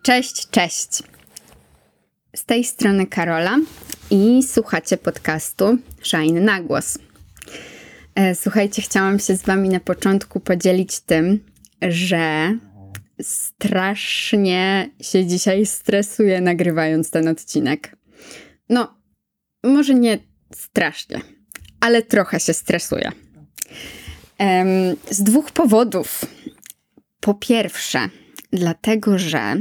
Cześć. Z tej strony Karola i słuchacie podcastu Shine na głos. Słuchajcie, chciałam się z wami na początku podzielić tym, że strasznie się dzisiaj stresuję nagrywając ten odcinek. No, może nie strasznie, ale trochę się stresuję. Z dwóch powodów. Po pierwsze, dlatego, że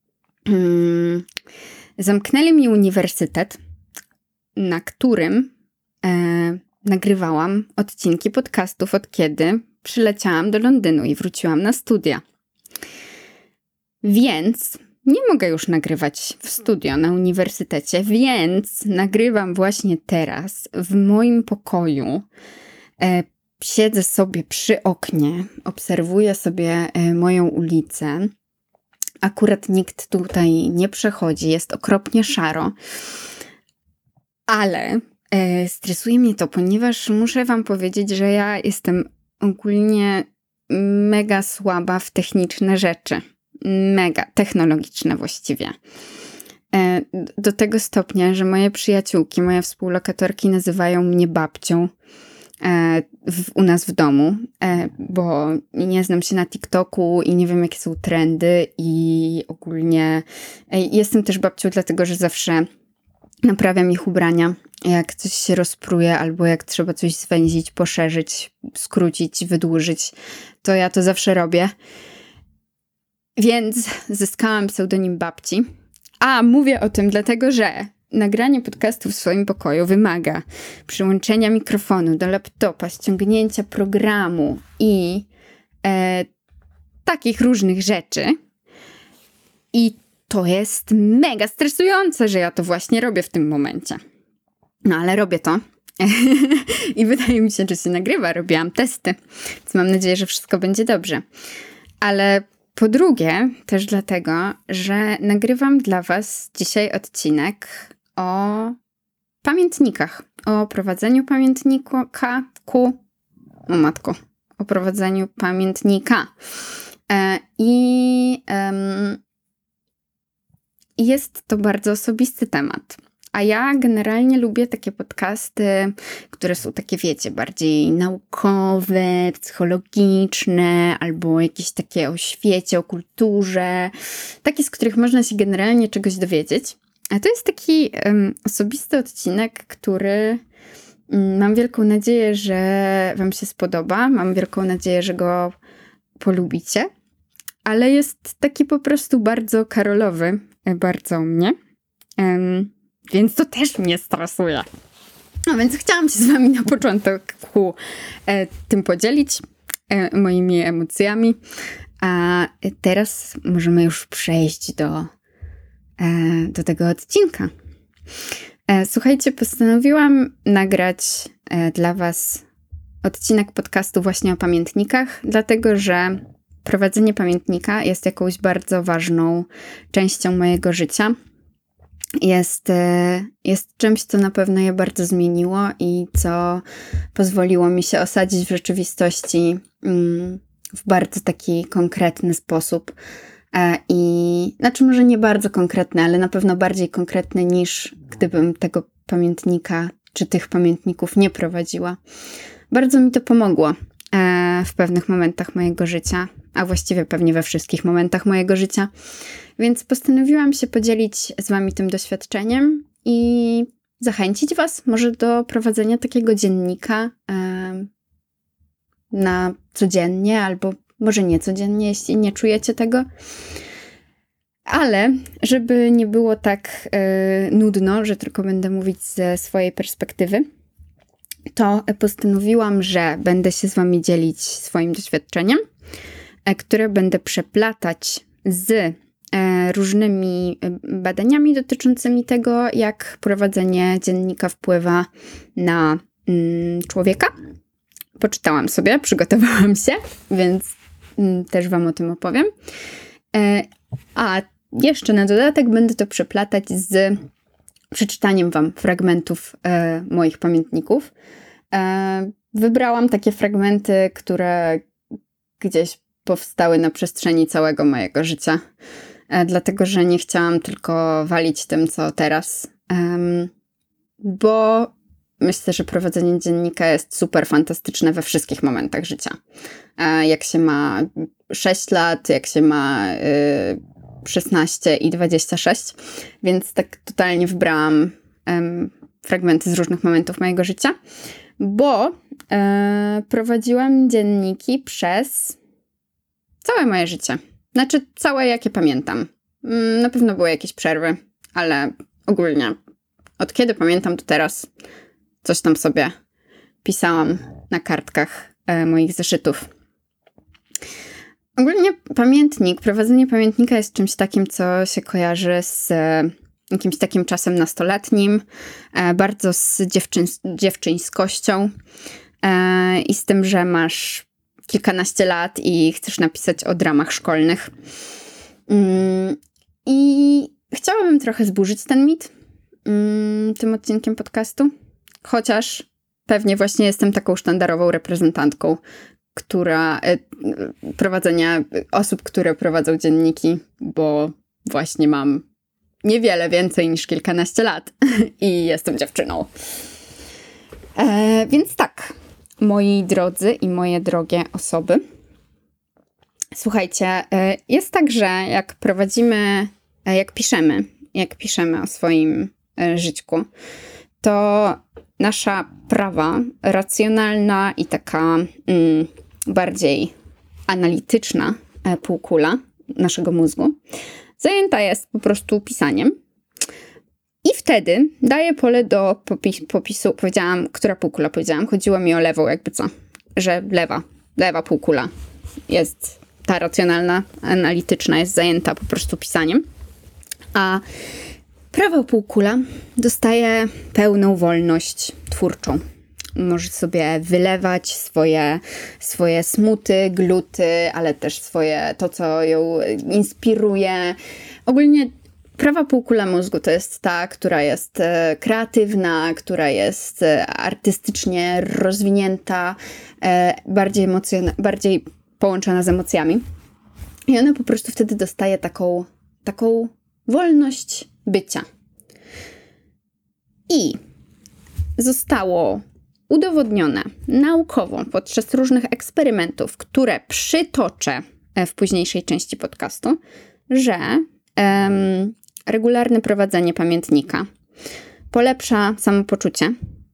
zamknęli mi uniwersytet, na którym nagrywałam odcinki podcastów od kiedy przyleciałam do Londynu i wróciłam na studia. Więc nie mogę już nagrywać w studio na uniwersytecie, więc nagrywam właśnie teraz w moim pokoju. Siedzę sobie przy oknie, obserwuję sobie moją ulicę. Akurat nikt tutaj nie przechodzi, jest okropnie szaro, ale stresuje mnie to, ponieważ muszę wam powiedzieć, że ja jestem ogólnie mega słaba w techniczne rzeczy. Mega technologiczne właściwie. Do tego stopnia, że moje przyjaciółki, moje współlokatorki nazywają mnie babcią u nas w domu, bo nie znam się na TikToku i nie wiem, jakie są trendy i ogólnie jestem też babcią, dlatego że zawsze naprawiam ich ubrania, jak coś się rozpruje albo jak trzeba coś zwęzić, poszerzyć, skrócić, wydłużyć, to ja to zawsze robię. Więc zyskałam pseudonim babci. A mówię o tym dlatego, że nagranie podcastu w swoim pokoju wymaga przyłączenia mikrofonu do laptopa, ściągnięcia programu i takich różnych rzeczy. I to jest mega stresujące, że ja to właśnie robię w tym momencie. No ale robię to. I wydaje mi się, że się nagrywa. Robiłam testy, więc mam nadzieję, że wszystko będzie dobrze. Ale po drugie, też dlatego, że nagrywam dla was dzisiaj odcinek o pamiętnikach. O prowadzeniu pamiętnika o prowadzeniu pamiętnika. Jest to bardzo osobisty temat. A ja generalnie lubię takie podcasty, które są takie, wiecie, bardziej naukowe, psychologiczne, albo jakieś takie o świecie, o kulturze. Takie, z których można się generalnie czegoś dowiedzieć. A to jest taki osobisty odcinek, który mam wielką nadzieję, że wam się spodoba. Mam wielką nadzieję, że go polubicie. Ale jest taki po prostu bardzo karolowy, bardzo o mnie. Więc to też mnie stresuje. No więc chciałam się z wami na początku tym podzielić, moimi emocjami. A teraz możemy już przejść do tego odcinka. Słuchajcie, postanowiłam nagrać dla was odcinek podcastu właśnie o pamiętnikach, dlatego że prowadzenie pamiętnika jest jakąś bardzo ważną częścią mojego życia. Jest czymś, co na pewno je bardzo zmieniło i co pozwoliło mi się osadzić w rzeczywistości w bardzo taki konkretny sposób. I znaczy może nie bardzo konkretny, ale na pewno bardziej konkretny niż gdybym tego pamiętnika czy tych pamiętników nie prowadziła. Bardzo mi to pomogło w pewnych momentach mojego życia, a właściwie pewnie we wszystkich momentach mojego życia. Więc postanowiłam się podzielić z wami tym doświadczeniem i zachęcić was może do prowadzenia takiego dziennika na codziennie, albo może nie codziennie, jeśli nie czujecie tego. Ale żeby nie było tak nudno, że tylko będę mówić ze swojej perspektywy, to postanowiłam, że będę się z wami dzielić swoim doświadczeniem, które będę przeplatać z różnymi badaniami dotyczącymi tego, jak prowadzenie dziennika wpływa na człowieka. Poczytałam sobie, przygotowałam się, więc też wam o tym opowiem. A jeszcze na dodatek będę to przeplatać z przeczytaniem wam fragmentów moich pamiętników. Wybrałam takie fragmenty, które gdzieś powstały na przestrzeni całego mojego życia. dlatego że nie chciałam tylko walić tym, co teraz, bo myślę, że prowadzenie dziennika jest super fantastyczne we wszystkich momentach życia. Jak się ma 6 lat, jak się ma 16 i 26, więc tak totalnie wybrałam fragmenty z różnych momentów mojego życia, bo prowadziłam dzienniki przez całe moje życie. Znaczy całe, jakie pamiętam. Na pewno były jakieś przerwy, ale ogólnie od kiedy pamiętam, to teraz coś tam sobie pisałam na kartkach moich zeszytów. Ogólnie prowadzenie pamiętnika jest czymś takim, co się kojarzy z jakimś takim czasem nastoletnim, bardzo z dziewczyńskością i z tym, że masz kilkanaście lat i chcesz napisać o dramach szkolnych. I chciałabym trochę zburzyć ten mit tym odcinkiem podcastu, chociaż pewnie właśnie jestem taką sztandarową reprezentantką prowadzenia osób, które prowadzą dzienniki, bo właśnie mam niewiele więcej niż kilkanaście lat i jestem dziewczyną. Więc tak, moi drodzy i moje drogie osoby, słuchajcie, jest tak, że jak piszemy o swoim żyćku, to nasza prawa, racjonalna i taka bardziej analityczna półkula naszego mózgu zajęta jest po prostu pisaniem. I wtedy daję pole do popisu. Powiedziałam, która półkula powiedziałam. Chodziło mi o lewą, jakby co. Że lewa półkula jest ta racjonalna, analityczna, jest zajęta po prostu pisaniem. A prawa półkula dostaje pełną wolność twórczą. Może sobie wylewać swoje smuty, gluty, ale też to, co ją inspiruje. Ogólnie prawa półkula mózgu to jest ta, która jest kreatywna, która jest artystycznie rozwinięta, bardziej połączona z emocjami. I ona po prostu wtedy dostaje taką wolność bycia. I zostało udowodnione naukowo podczas różnych eksperymentów, które przytoczę w późniejszej części podcastu, że regularne prowadzenie pamiętnika polepsza samopoczucie,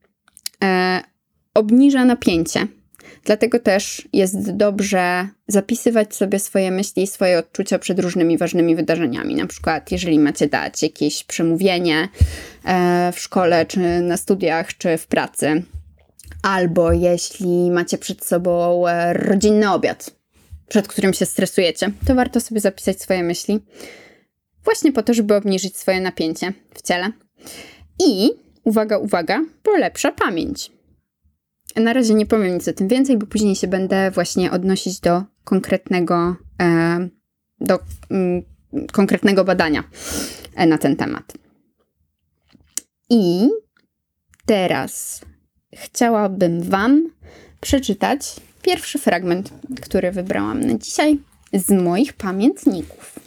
obniża napięcie. Dlatego też jest dobrze zapisywać sobie swoje myśli i swoje odczucia przed różnymi ważnymi wydarzeniami. Na przykład, jeżeli macie dać jakieś przemówienie w szkole, czy na studiach, czy w pracy, albo jeśli macie przed sobą rodzinny obiad, przed którym się stresujecie, to warto sobie zapisać swoje myśli. Właśnie po to, żeby obniżyć swoje napięcie w ciele. I, uwaga, polepsza pamięć. Na razie nie powiem nic o tym więcej, bo później się będę właśnie odnosić do konkretnego badania na ten temat. I teraz chciałabym Wam przeczytać pierwszy fragment, który wybrałam na dzisiaj z moich pamiętników.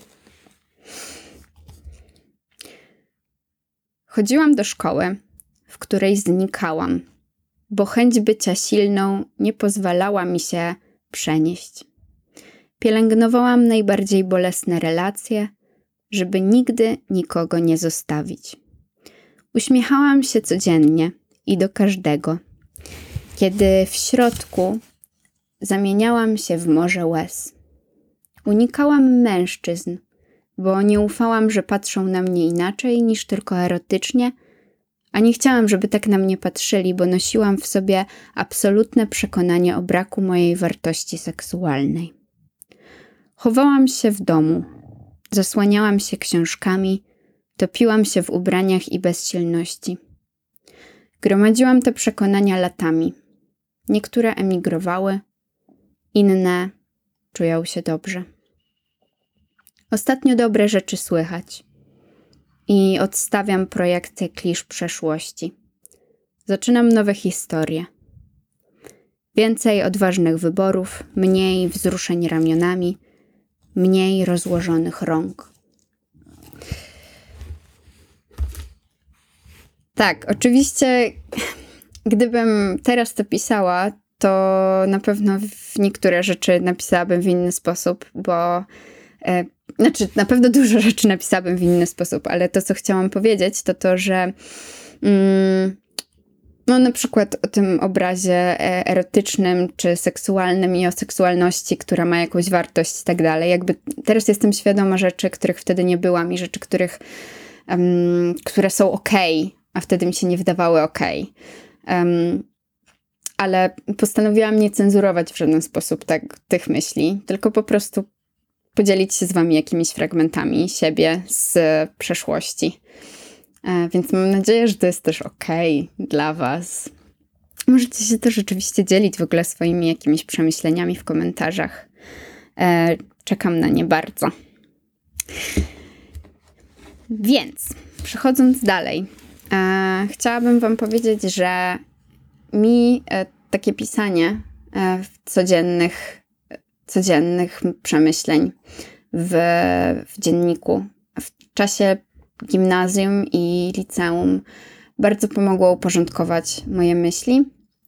Chodziłam do szkoły, w której znikałam, bo chęć bycia silną nie pozwalała mi się przenieść. Pielęgnowałam najbardziej bolesne relacje, żeby nigdy nikogo nie zostawić. Uśmiechałam się codziennie i do każdego, kiedy w środku zamieniałam się w morze łez. Unikałam mężczyzn, bo nie ufałam, że patrzą na mnie inaczej niż tylko erotycznie, a nie chciałam, żeby tak na mnie patrzyli, bo nosiłam w sobie absolutne przekonanie o braku mojej wartości seksualnej. Chowałam się w domu, zasłaniałam się książkami, topiłam się w ubraniach i bezsilności. Gromadziłam te przekonania latami. Niektóre emigrowały, inne czują się dobrze. Ostatnio dobre rzeczy słychać i odstawiam projekcje klisz przeszłości. Zaczynam nowe historie. Więcej odważnych wyborów, mniej wzruszeń ramionami, mniej rozłożonych rąk. Tak, oczywiście gdybym teraz to pisała, to na pewno w niektóre rzeczy napisałabym w inny sposób, bo na pewno dużo rzeczy napisałabym w inny sposób, ale to, co chciałam powiedzieć, to to, że no na przykład o tym obrazie erotycznym czy seksualnym i o seksualności, która ma jakąś wartość i tak dalej. Jakby teraz jestem świadoma rzeczy, których wtedy nie byłam i rzeczy, które są okej, a wtedy mi się nie wydawały okej. Ale postanowiłam nie cenzurować w żaden sposób tych myśli, tylko po prostu podzielić się z wami jakimiś fragmentami siebie z przeszłości. Więc mam nadzieję, że to jest też okej dla was. Możecie się też rzeczywiście dzielić w ogóle swoimi jakimiś przemyśleniami w komentarzach. Czekam na nie bardzo. Więc, przechodząc dalej, chciałabym wam powiedzieć, że mi takie pisanie codziennych przemyśleń w dzienniku w czasie gimnazjum i liceum bardzo pomogło uporządkować moje myśli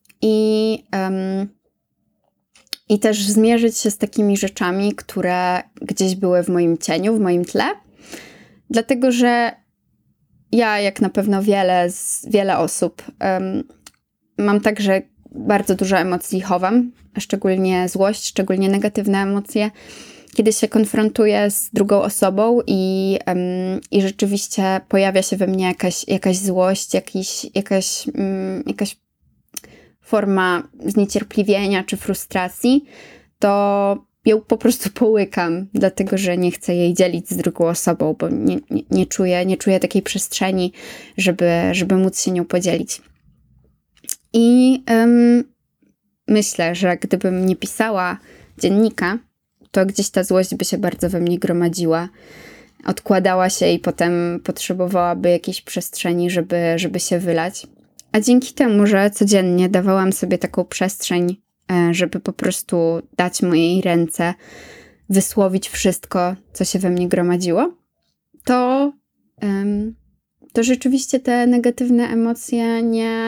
i też zmierzyć się z takimi rzeczami, które gdzieś były w moim cieniu, w moim tle. Dlatego, że ja, jak na pewno wiele osób, mam tak, że bardzo dużo emocji chowam, szczególnie złość, szczególnie negatywne emocje, kiedy się konfrontuję z drugą osobą i rzeczywiście pojawia się we mnie jakaś złość, jakaś forma zniecierpliwienia czy frustracji, to ją po prostu połykam, dlatego że nie chcę jej dzielić z drugą osobą, bo nie czuję takiej przestrzeni, żeby móc się nią podzielić. I myślę, że gdybym nie pisała dziennika, to gdzieś ta złość by się bardzo we mnie gromadziła, odkładała się i potem potrzebowałaby jakiejś przestrzeni, żeby się wylać. A dzięki temu, że codziennie dawałam sobie taką przestrzeń, żeby po prostu dać mojej ręce wysłowić wszystko, co się we mnie gromadziło, to rzeczywiście te negatywne emocje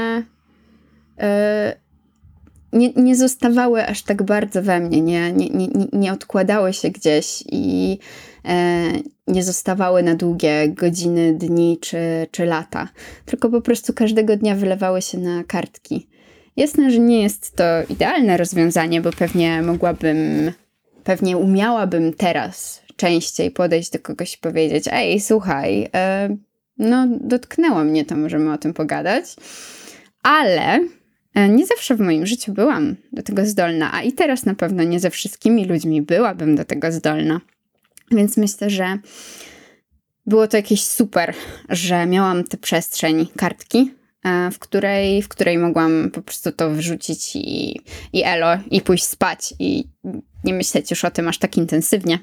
nie zostawały aż tak bardzo we mnie, nie odkładały się gdzieś i nie zostawały na długie godziny, dni czy lata, tylko po prostu każdego dnia wylewały się na kartki. Jasne, że nie jest to idealne rozwiązanie, bo pewnie umiałabym teraz częściej podejść do kogoś i powiedzieć: ej, słuchaj, no dotknęło mnie to, możemy o tym pogadać, ale nie zawsze w moim życiu byłam do tego zdolna, a i teraz na pewno nie ze wszystkimi ludźmi byłabym do tego zdolna. Więc myślę, że było to jakieś super, że miałam tę przestrzeń kartki, w której mogłam po prostu to wrzucić i elo, i pójść spać i nie myśleć już o tym aż tak intensywnie.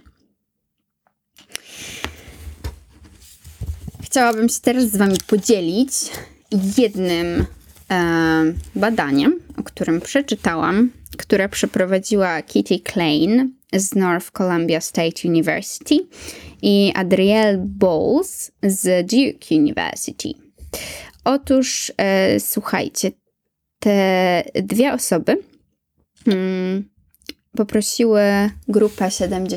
Chciałabym się teraz z wami podzielić jednym badaniem, o którym przeczytałam, które przeprowadziła Kitty Klein z North Columbia State University i Adrielle Bowles z Duke University. Otóż słuchajcie, te dwie osoby poprosiły grupę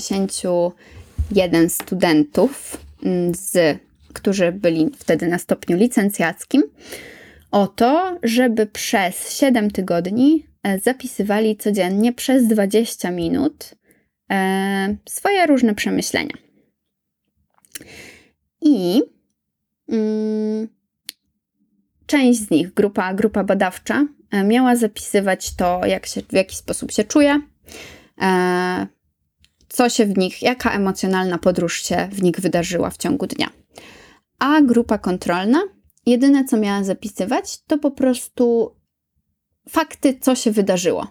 71 studentów, którzy byli wtedy na stopniu licencjackim, o to, żeby przez 7 tygodni zapisywali codziennie przez 20 minut swoje różne przemyślenia. I część z nich, grupa badawcza, miała zapisywać to, w jaki sposób się czuje, co się w nich, jaka emocjonalna podróż się w nich wydarzyła w ciągu dnia. A grupa kontrolna, jedyne co miała zapisywać, to po prostu fakty, co się wydarzyło.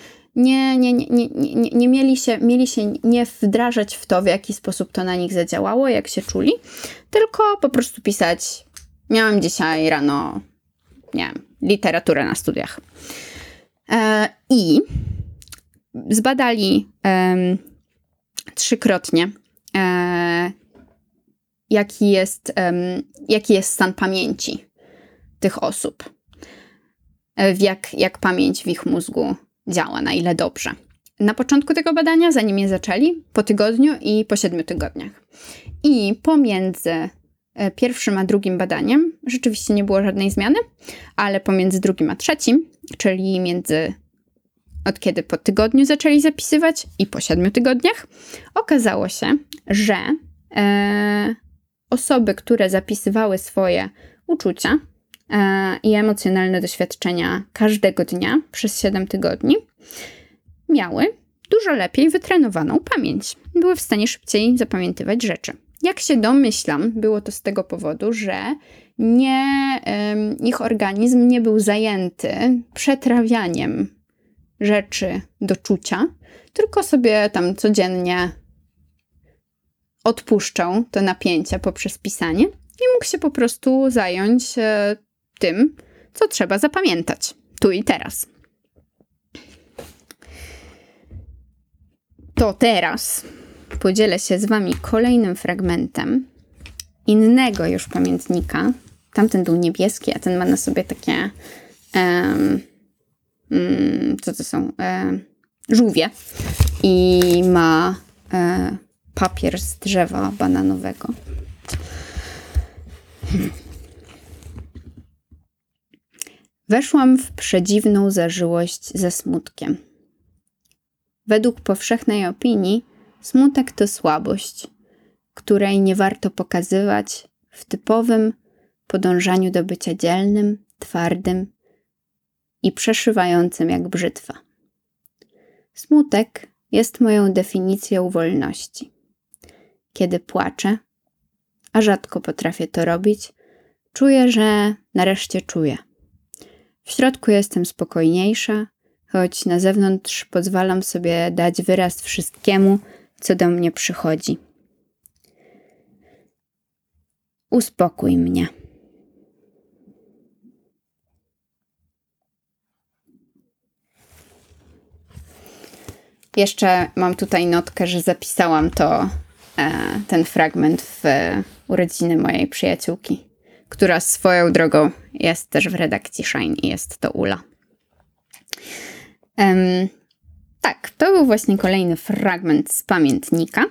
Nie mieli się nie wdrażać w to, w jaki sposób to na nich zadziałało, jak się czuli, tylko po prostu pisać: miałem dzisiaj rano, nie wiem, literaturę na studiach. I zbadali 3-krotnie, jaki jest stan pamięci tych osób. Jak pamięć w ich mózgu działa, na ile dobrze. Na początku tego badania, zanim je zaczęli, po tygodniu i po 7 tygodniach. I pomiędzy pierwszym a drugim badaniem rzeczywiście nie było żadnej zmiany, ale pomiędzy drugim a trzecim, czyli od kiedy po tygodniu zaczęli zapisywać i po 7 tygodniach, okazało się, że osoby, które zapisywały swoje uczucia i emocjonalne doświadczenia każdego dnia przez 7 tygodni, miały dużo lepiej wytrenowaną pamięć. Były w stanie szybciej zapamiętywać rzeczy. Jak się domyślam, było to z tego powodu, że ich organizm nie był zajęty przetrawianiem rzeczy do czucia, tylko sobie tam codziennie odpuszczał te napięcia poprzez pisanie i mógł się po prostu zająć tym, co trzeba zapamiętać tu i teraz. To teraz podzielę się z wami kolejnym fragmentem innego już pamiętnika. Tamten był niebieski, a ten ma na sobie takie co to są? Żółwie. I ma papier z drzewa bananowego. Weszłam w przedziwną zażyłość ze smutkiem. Według powszechnej opinii smutek to słabość, której nie warto pokazywać w typowym podążaniu do bycia dzielnym, twardym i przeszywającym jak brzytwa. Smutek jest moją definicją wolności. Kiedy płaczę, a rzadko potrafię to robić, czuję, że nareszcie czuję. W środku jestem spokojniejsza, choć na zewnątrz pozwalam sobie dać wyraz wszystkiemu, co do mnie przychodzi. Uspokój mnie. Jeszcze mam tutaj notkę, że zapisałam ten fragment w urodziny mojej przyjaciółki, która swoją drogą jest też w redakcji Shine i jest to Ula. Tak, to był właśnie kolejny fragment z pamiętnika.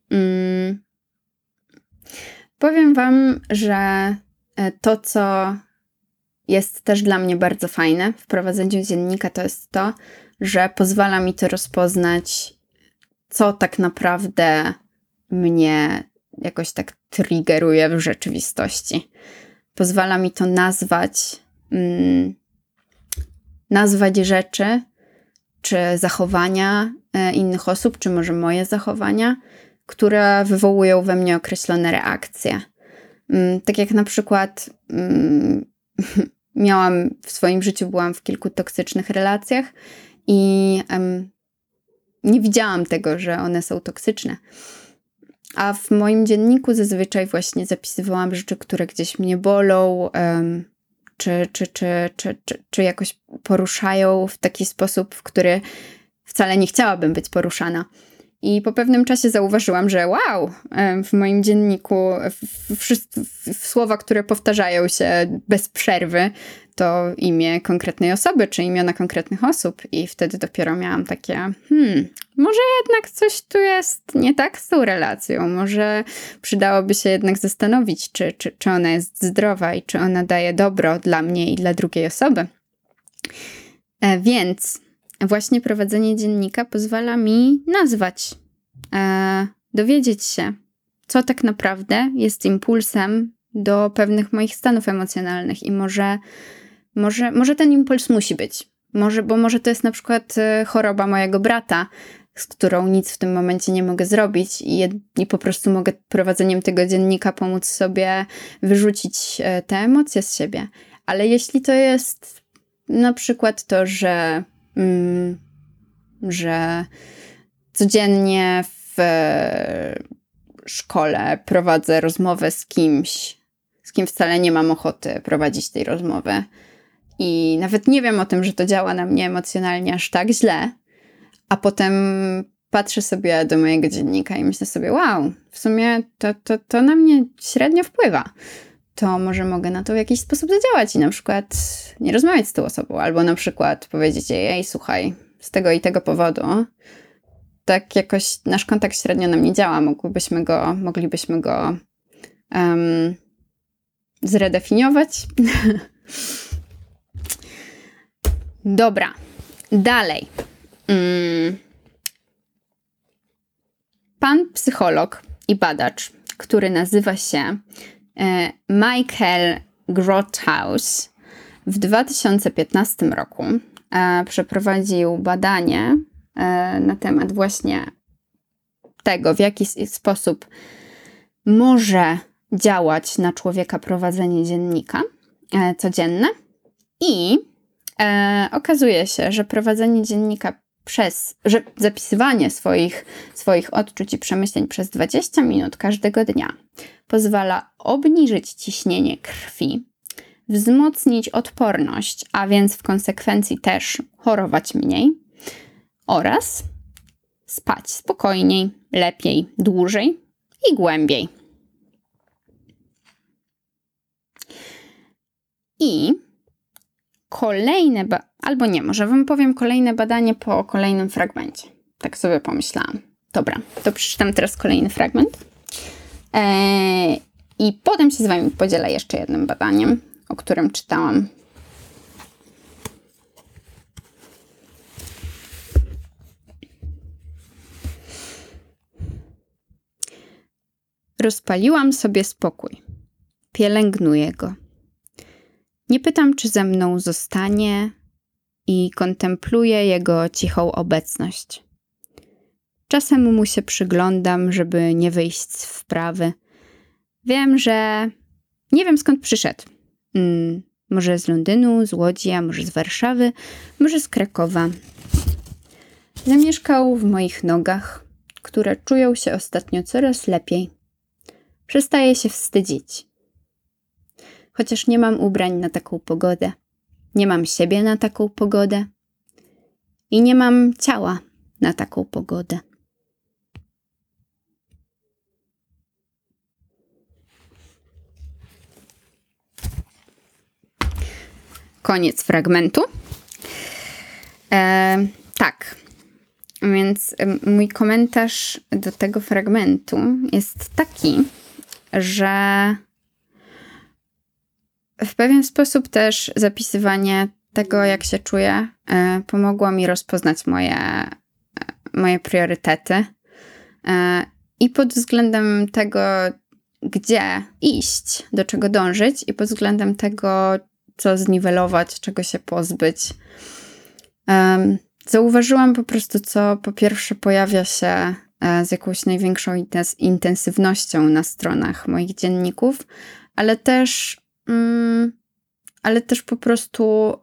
Powiem wam, że to, co jest też dla mnie bardzo fajne w prowadzeniu dziennika, to jest to, że pozwala mi to rozpoznać, co tak naprawdę mnie jakoś tak triggeruje w rzeczywistości. Pozwala mi to nazwać rzeczy, czy zachowania innych osób, czy może moje zachowania, które wywołują we mnie określone reakcje. Tak jak na przykład w swoim życiu byłam w kilku toksycznych relacjach i nie widziałam tego, że one są toksyczne. A w moim dzienniku zazwyczaj właśnie zapisywałam rzeczy, które gdzieś mnie bolą, czy jakoś poruszają w taki sposób, w który wcale nie chciałabym być poruszana. I po pewnym czasie zauważyłam, że w moim dzienniku słowa, które powtarzają się bez przerwy, to imię konkretnej osoby, czy imiona konkretnych osób. I wtedy dopiero miałam takie, może jednak coś tu jest nie tak z tą relacją. Może przydałoby się jednak zastanowić, czy ona jest zdrowa i czy ona daje dobro dla mnie i dla drugiej osoby. Więc właśnie prowadzenie dziennika pozwala mi nazwać, dowiedzieć się, co tak naprawdę jest impulsem do pewnych moich stanów emocjonalnych i może ten impuls musi być. Bo może to jest na przykład choroba mojego brata, z którą nic w tym momencie nie mogę zrobić i po prostu mogę prowadzeniem tego dziennika pomóc sobie wyrzucić te emocje z siebie. Ale jeśli to jest na przykład to, że codziennie w szkole prowadzę rozmowę z kimś, z kim wcale nie mam ochoty prowadzić tej rozmowy i nawet nie wiem o tym, że to działa na mnie emocjonalnie aż tak źle, a potem patrzę sobie do mojego dziennika i myślę sobie, w sumie to na mnie średnio wpływa. to może mogę na to w jakiś sposób zadziałać i na przykład nie rozmawiać z tą osobą, albo na przykład powiedzieć jej, ej, słuchaj, z tego i tego powodu tak jakoś nasz kontakt średnio nam nie działa, moglibyśmy go zredefiniować. Dobra, dalej. Pan psycholog i badacz, który nazywa się Michael Grothaus, w 2015 roku przeprowadził badanie na temat właśnie tego, w jaki sposób może działać na człowieka prowadzenie dziennika codzienne i okazuje się, że prowadzenie dziennika że zapisywanie swoich odczuć i przemyśleń przez 20 minut każdego dnia pozwala obniżyć ciśnienie krwi, wzmocnić odporność, a więc w konsekwencji też chorować mniej oraz spać spokojniej, lepiej, dłużej i głębiej. I kolejne, albo nie, może wam powiem kolejne badanie po kolejnym fragmencie. Tak sobie pomyślałam. Dobra, to przeczytam teraz kolejny fragment. I potem się z wami podzielę jeszcze jednym badaniem, o którym czytałam. Rozpaliłam sobie spokój. Pielęgnuję go. Nie pytam, czy ze mną zostanie i kontempluję jego cichą obecność. Czasem mu się przyglądam, żeby nie wyjść z wprawy. Wiem, że nie wiem skąd przyszedł. Może z Londynu, z Łodzi, a może z Warszawy, może z Krakowa. Zamieszkał w moich nogach, które czują się ostatnio coraz lepiej. Przestaję się wstydzić. Chociaż nie mam ubrań na taką pogodę. Nie mam siebie na taką pogodę. I nie mam ciała na taką pogodę. Koniec fragmentu. Tak. Więc mój komentarz do tego fragmentu jest taki, że w pewien sposób też zapisywanie tego, jak się czuję, pomogło mi rozpoznać moje priorytety i pod względem tego, gdzie iść, do czego dążyć i pod względem tego, co zniwelować, czego się pozbyć. Zauważyłam po prostu, co po pierwsze pojawia się z jakąś największą intensywnością na stronach moich dzienników, ale też po prostu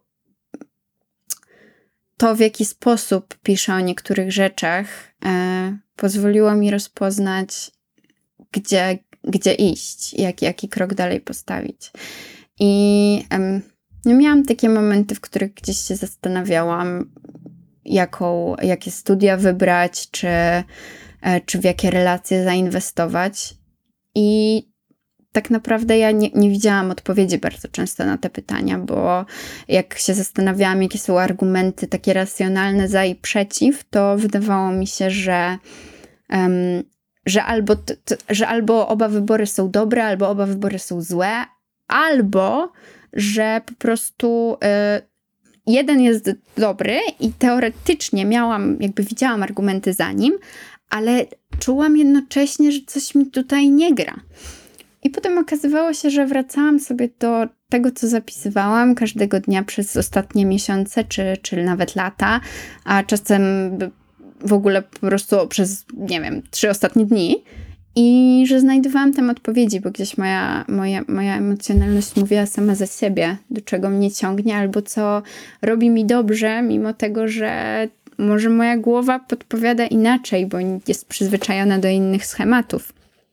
to, w jaki sposób piszę o niektórych rzeczach, pozwoliło mi rozpoznać, gdzie iść, jaki krok dalej postawić. I miałam takie momenty, w których gdzieś się zastanawiałam, jakie studia wybrać, czy w jakie relacje zainwestować. I tak naprawdę ja nie widziałam odpowiedzi bardzo często na te pytania, bo jak się zastanawiałam, jakie są argumenty takie racjonalne za i przeciw, to wydawało mi się, że albo oba wybory są dobre, albo oba wybory są złe, albo że po prostu jeden jest dobry i teoretycznie widziałam argumenty za nim, ale czułam jednocześnie, że coś mi tutaj nie gra. I potem okazywało się, że wracałam sobie do tego, co zapisywałam każdego dnia przez ostatnie miesiące, czy nawet lata, a czasem w ogóle po prostu przez, 3 ostatnie dni. I że znajdowałam tam odpowiedzi, bo gdzieś moja emocjonalność mówiła sama za siebie, do czego mnie ciągnie, albo co robi mi dobrze, mimo tego, że może moja głowa podpowiada inaczej, bo jest przyzwyczajona do innych schematów.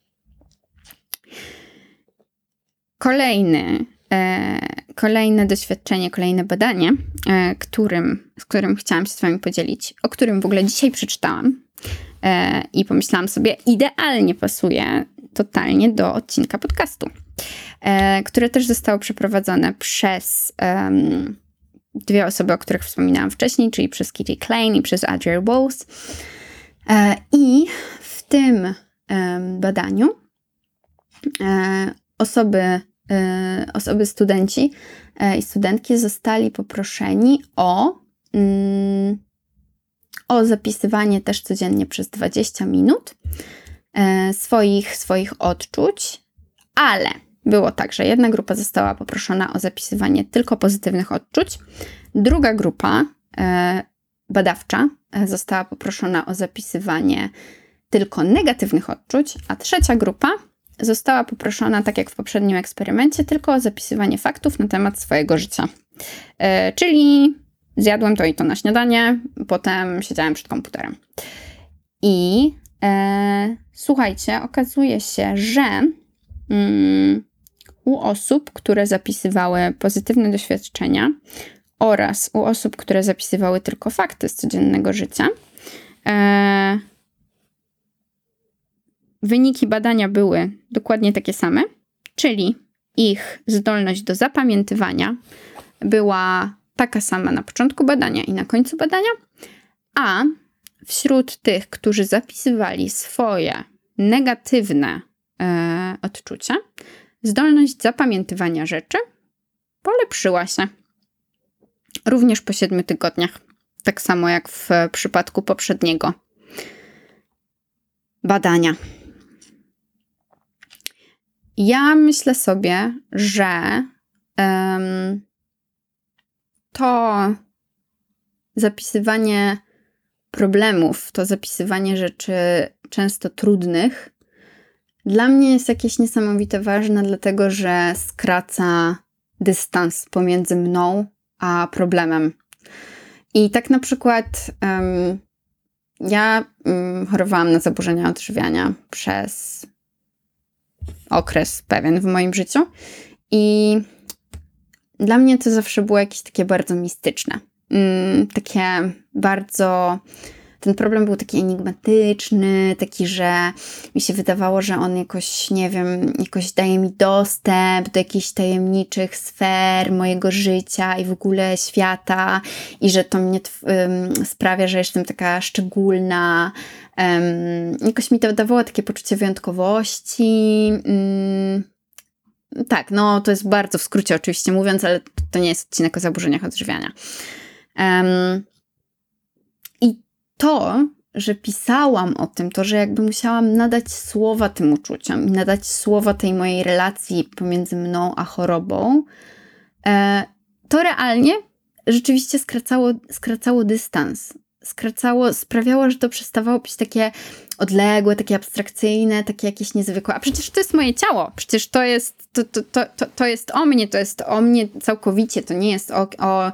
Kolejne doświadczenie, kolejne badanie, z którym chciałam się z wami podzielić, o którym w ogóle dzisiaj przeczytałam i pomyślałam sobie, idealnie pasuje totalnie do odcinka podcastu. które też zostało przeprowadzone przez dwie osoby, o których wspominałam wcześniej, czyli przez Kitty Klein i przez Adriel Bowles. I w tym badaniu studenci i studentki zostali poproszeni o zapisywanie też codziennie przez 20 minut swoich odczuć, ale było tak, że jedna grupa została poproszona o zapisywanie tylko pozytywnych odczuć, druga grupa badawcza została poproszona o zapisywanie tylko negatywnych odczuć, a trzecia grupa została poproszona, tak jak w poprzednim eksperymencie, tylko o zapisywanie faktów na temat swojego życia. Czyli zjadłem to i to na śniadanie, potem siedziałem przed komputerem. I słuchajcie, okazuje się, że u osób, które zapisywały pozytywne doświadczenia oraz u osób, które zapisywały tylko fakty z codziennego życia, wyniki badania były dokładnie takie same, czyli ich zdolność do zapamiętywania była taka sama na początku badania i na końcu badania, a wśród tych, którzy zapisywali swoje negatywne odczucia, zdolność zapamiętywania rzeczy polepszyła się. Również po 7 tygodniach. Tak samo jak w przypadku poprzedniego badania. Ja myślę sobie, że to zapisywanie problemów, to zapisywanie rzeczy często trudnych, dla mnie jest jakieś niesamowite ważne, dlatego że skraca dystans pomiędzy mną a problemem. I tak na przykład ja chorowałam na zaburzenia odżywiania przez okres pewien w moim życiu i dla mnie to zawsze było jakieś takie bardzo mistyczne. Takie bardzo... Ten problem był taki enigmatyczny, taki, że mi się wydawało, że on jakoś, nie wiem, jakoś daje mi dostęp do jakichś tajemniczych sfer mojego życia i w ogóle świata i że to mnie sprawia, że jestem taka szczególna. Jakoś mi to dawało takie poczucie wyjątkowości. Tak, no to jest bardzo w skrócie oczywiście mówiąc, ale to nie jest odcinek o zaburzeniach odżywiania. To, że pisałam o tym, to, że jakby musiałam nadać słowa tym uczuciom i nadać słowa tej mojej relacji pomiędzy mną a chorobą, to realnie rzeczywiście skracało dystans. Sprawiało, że to przestawało być takie odległe, takie abstrakcyjne, takie jakieś niezwykłe. A przecież to jest moje ciało, przecież to jest to jest o mnie całkowicie, to nie jest o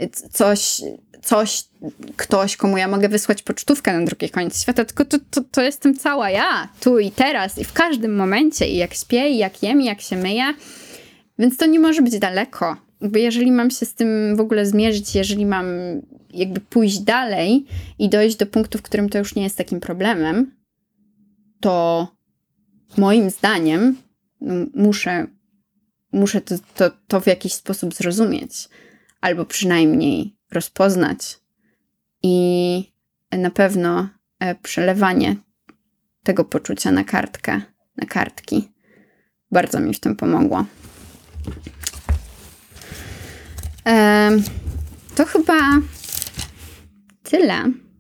ktoś, komu ja mogę wysłać pocztówkę na drugi koniec świata, tylko to jestem cała ja, tu i teraz i w każdym momencie i jak śpię, i jak jem, i jak się myję, więc to nie może być daleko. Jakby jeżeli mam się z tym w ogóle zmierzyć, jeżeli mam jakby pójść dalej i dojść do punktu, w którym to już nie jest takim problemem, to moim zdaniem muszę to w jakiś sposób zrozumieć, albo przynajmniej rozpoznać i na pewno przelewanie tego poczucia na kartki bardzo mi w tym pomogło. To chyba tyle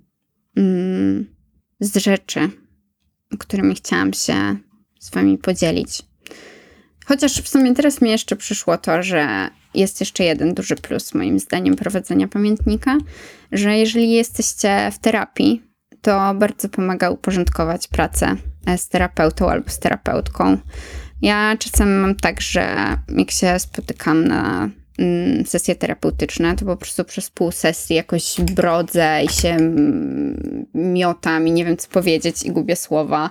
z rzeczy, którymi chciałam się z wami podzielić. Chociaż w sumie teraz mi jeszcze przyszło to, że jest jeszcze jeden duży plus moim zdaniem prowadzenia pamiętnika, że jeżeli jesteście w terapii, to bardzo pomaga uporządkować pracę z terapeutą albo z terapeutką. Ja czasem mam tak, że jak się spotykam na sesje terapeutyczne, to po prostu przez pół sesji jakoś brodzę i się miotam i nie wiem co powiedzieć i gubię słowa.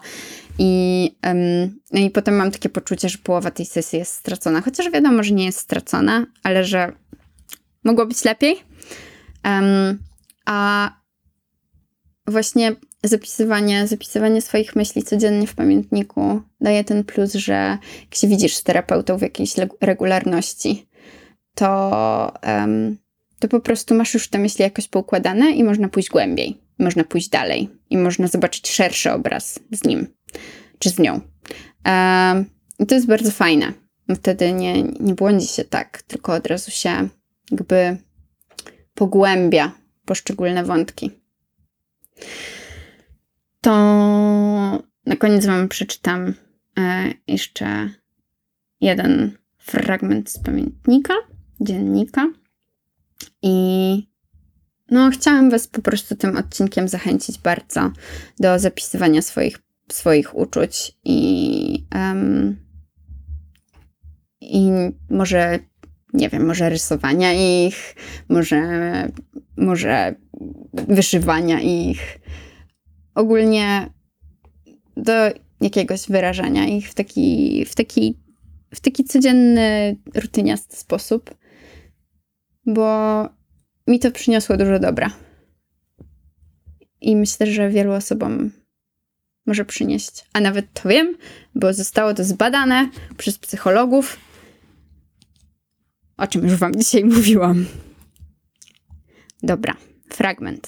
No i potem mam takie poczucie, że połowa tej sesji jest stracona. Chociaż wiadomo, że nie jest stracona, ale że mogło być lepiej. A właśnie zapisywanie swoich myśli codziennie w pamiętniku daje ten plus, że jak się widzisz z terapeutą w jakiejś regularności, to po prostu masz już te myśli jakoś poukładane i można pójść głębiej, można pójść dalej i można zobaczyć szerszy obraz z nim czy z nią. I to jest bardzo fajne. Wtedy nie błądzi się tak, tylko od razu się jakby pogłębia poszczególne wątki. To na koniec wam przeczytam jeszcze jeden fragment z pamiętnika, dziennika. I chciałam was po prostu tym odcinkiem zachęcić bardzo do zapisywania swoich uczuć i może, nie wiem, może rysowania ich, może wyszywania ich. Ogólnie do jakiegoś wyrażania ich w taki codzienny, rutyniasty sposób, bo mi to przyniosło dużo dobra. I myślę, że wielu osobom może przynieść. A nawet to wiem, bo zostało to zbadane przez psychologów, o czym już wam dzisiaj mówiłam. Dobra, fragment.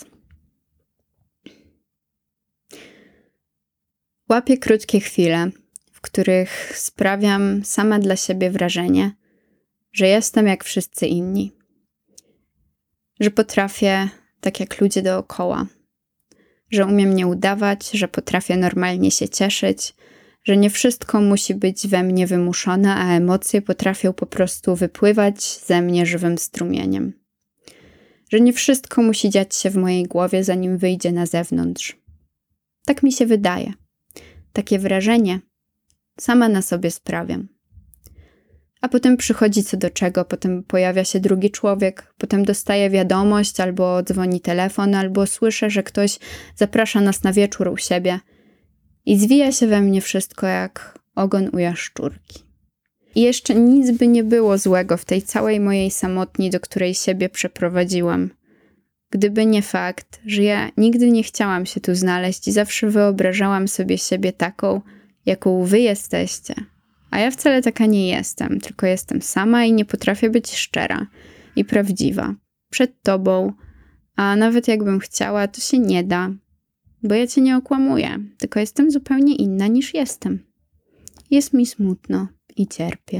Łapię krótkie chwile, w których sprawiam sama dla siebie wrażenie, że jestem jak wszyscy inni. Że potrafię tak jak ludzie dookoła. Że umiem nie udawać, że potrafię normalnie się cieszyć, że nie wszystko musi być we mnie wymuszone, a emocje potrafią po prostu wypływać ze mnie żywym strumieniem. Że nie wszystko musi dziać się w mojej głowie, zanim wyjdzie na zewnątrz. Tak mi się wydaje. Takie wrażenie sama na sobie sprawiam. A potem przychodzi co do czego, potem pojawia się drugi człowiek, potem dostaję wiadomość, albo dzwoni telefon, albo słyszę, że ktoś zaprasza nas na wieczór u siebie i zwija się we mnie wszystko jak ogon u jaszczurki. I jeszcze nic by nie było złego w tej całej mojej samotni, do której siebie przeprowadziłam. Gdyby nie fakt, że ja nigdy nie chciałam się tu znaleźć i zawsze wyobrażałam sobie siebie taką, jaką wy jesteście. A ja wcale taka nie jestem, tylko jestem sama i nie potrafię być szczera i prawdziwa przed tobą, a nawet jakbym chciała, to się nie da, bo ja cię nie okłamuję, tylko jestem zupełnie inna niż jestem. Jest mi smutno i cierpię.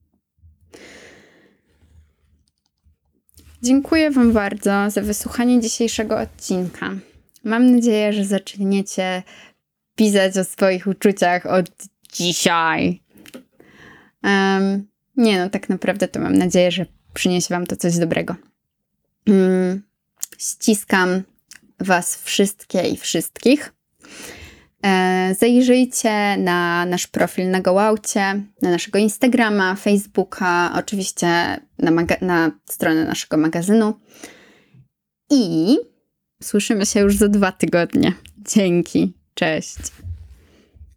Dziękuję wam bardzo za wysłuchanie dzisiejszego odcinka. Mam nadzieję, że zaczniecie pisać o swoich uczuciach od dzisiaj. Tak naprawdę to mam nadzieję, że przyniesie wam to coś dobrego. Ściskam was wszystkie i wszystkich. Zajrzyjcie na nasz profil na GoOucie, na naszego Instagrama, Facebooka, oczywiście na stronę naszego magazynu. I słyszymy się już za 2 tygodnie. Dzięki, cześć.